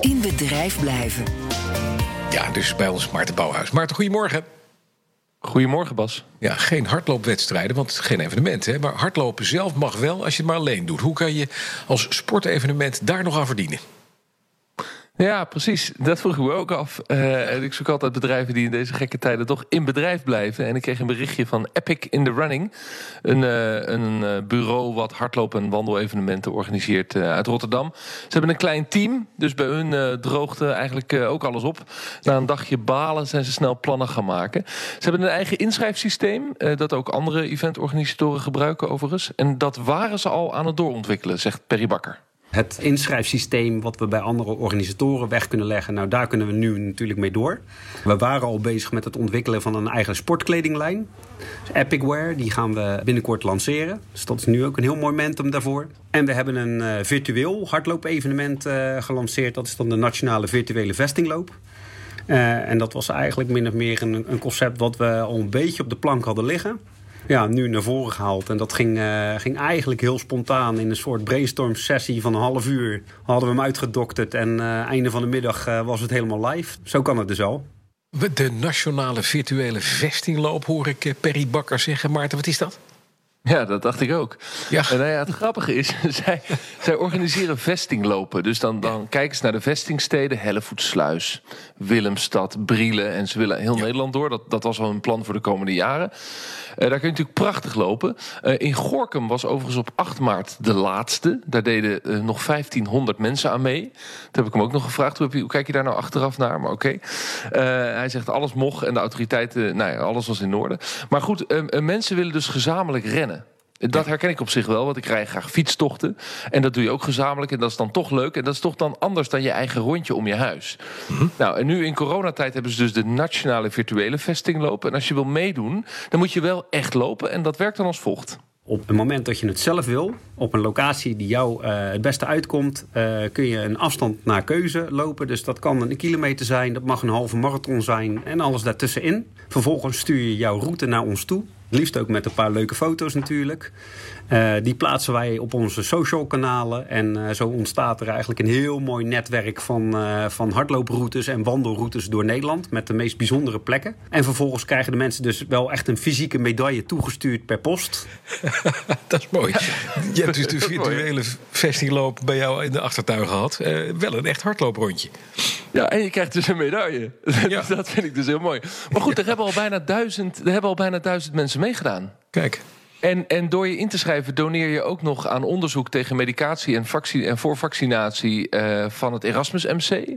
In bedrijf blijven. Ja, dus bij ons Maarten Bouwhuis. Maarten, goedemorgen. Goedemorgen, Bas. Ja, geen hardloopwedstrijden, want het is geen evenement. Hè? Maar hardlopen zelf mag wel als je het maar alleen doet. Hoe kan je als sportevenement daar nog aan verdienen? Ja, precies. Dat vroeg ik me ook af. Ik zoek altijd bedrijven die in deze gekke tijden toch in bedrijf blijven. En ik kreeg een berichtje van Epic in the Running. Een bureau wat hardloop- en wandelevenementen organiseert uit Rotterdam. Ze hebben een klein team, dus bij hun droogde eigenlijk ook alles op. Na een dagje balen zijn ze snel plannen gaan maken. Ze hebben een eigen inschrijfsysteem, dat ook andere eventorganisatoren gebruiken overigens. En dat waren ze al aan het doorontwikkelen, zegt Perry Bakker. Het inschrijfsysteem wat we bij andere organisatoren weg kunnen leggen, nou daar kunnen we nu natuurlijk mee door. We waren al bezig met het ontwikkelen van een eigen sportkledinglijn. Dus Epicwear, die gaan we binnenkort lanceren. Dus dat is nu ook een heel mooi momentum daarvoor. En we hebben een virtueel hardloopevenement gelanceerd. Dat is dan de Nationale Virtuele Vestingloop. En dat was eigenlijk min of meer een concept wat we al een beetje op de plank hadden liggen. Ja, nu naar voren gehaald. En dat ging eigenlijk heel spontaan in een soort brainstorm sessie van een half uur. Hadden we hem uitgedokterd en einde van de middag was het helemaal live. Zo kan het dus al. De Nationale Virtuele Vestingloop hoor ik Perry Bakker zeggen. Maarten, wat is dat? Ja, dat dacht ik ook. Ja. En het grappige is, zij organiseren vestinglopen. Dus dan kijken ze naar de vestingsteden. Hellevoetsluis, Willemstad, Brielen. En ze willen heel Nederland door. Dat was al hun plan voor de komende jaren. Daar kun je natuurlijk prachtig lopen. In Gorinchem was overigens op 8 maart de laatste. Daar deden nog 1500 mensen aan mee. Toen heb ik hem ook nog gevraagd. Hoe kijk je daar nou achteraf naar? Maar oké. Hij zegt alles mocht en de autoriteiten, alles was in orde. Maar goed, mensen willen dus gezamenlijk rennen. Dat herken ik op zich wel, want ik rij graag fietstochten. En dat doe je ook gezamenlijk en dat is dan toch leuk. En dat is toch dan anders dan je eigen rondje om je huis. Nou, en nu in coronatijd hebben ze dus de Nationale Virtuele Vestingloop. En als je wil meedoen, dan moet je wel echt lopen. En dat werkt dan als volgt. Op het moment dat je het zelf wil, op een locatie die jou het beste uitkomt, kun je een afstand naar keuze lopen. Dus dat kan 1 kilometer zijn, dat mag een halve marathon zijn en alles daartussenin. Vervolgens stuur je jouw route naar ons toe. Liefst ook met een paar leuke foto's natuurlijk. Die plaatsen wij op onze social kanalen. En zo ontstaat er eigenlijk een heel mooi netwerk van hardlooproutes en wandelroutes door Nederland. Met de meest bijzondere plekken. En vervolgens krijgen de mensen dus wel echt een fysieke medaille toegestuurd per post. Dat is mooi. Je hebt dus de virtuele vestingloop bij jou in de achtertuin gehad. Wel een echt hardlooprondje. Ja, en je krijgt dus een medaille. Ja. Dat vind ik dus heel mooi. Maar goed, er hebben al bijna 1000 mensen meegedaan. Kijk. En door je in te schrijven doneer je ook nog aan onderzoek tegen medicatie en voor vaccinatie van het Erasmus MC.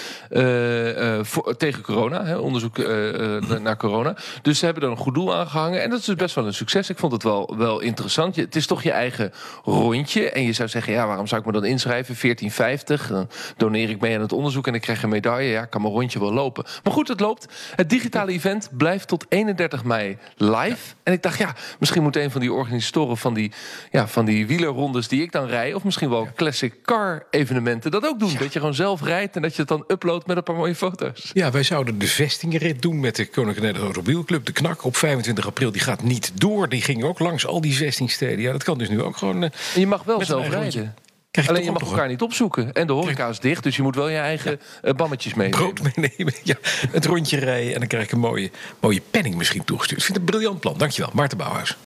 Tegen corona, onderzoek naar corona. Dus ze hebben er een goed doel aan gehangen. En dat is dus best wel een succes. Ik vond het wel interessant. Het is toch je eigen rondje. En je zou zeggen, ja, waarom zou ik me dan inschrijven? 14,50. Dan doneer ik mee aan het onderzoek en ik krijg een medaille. Ja, ik kan mijn rondje wel lopen. Maar goed, het loopt. Het digitale event blijft tot 31 mei live. Ja. En ik dacht, ja, misschien moet een van die organisatoren van die wielerrondes die ik dan rij, of misschien wel classic car evenementen, dat ook doen. Ja. Dat je gewoon zelf rijdt en dat je het dan uploadt met een paar mooie foto's. Ja, wij zouden de vestingrit doen met de Koninklijke Nederlandse Automobielclub. De Knak op 25 april, die gaat niet door. Die ging ook langs al die vestingsteden. Ja, dat kan dus nu ook gewoon. En je mag wel zelf rijden. Alleen je mag elkaar niet opzoeken. En de horeca is dicht, dus je moet wel je eigen bammetjes meenemen. Brood meenemen, ja. Het rondje rijden en dan krijg ik een mooie penning misschien toegestuurd. Ik vind het een briljant plan. Dankjewel, Maarten Bouwhuis.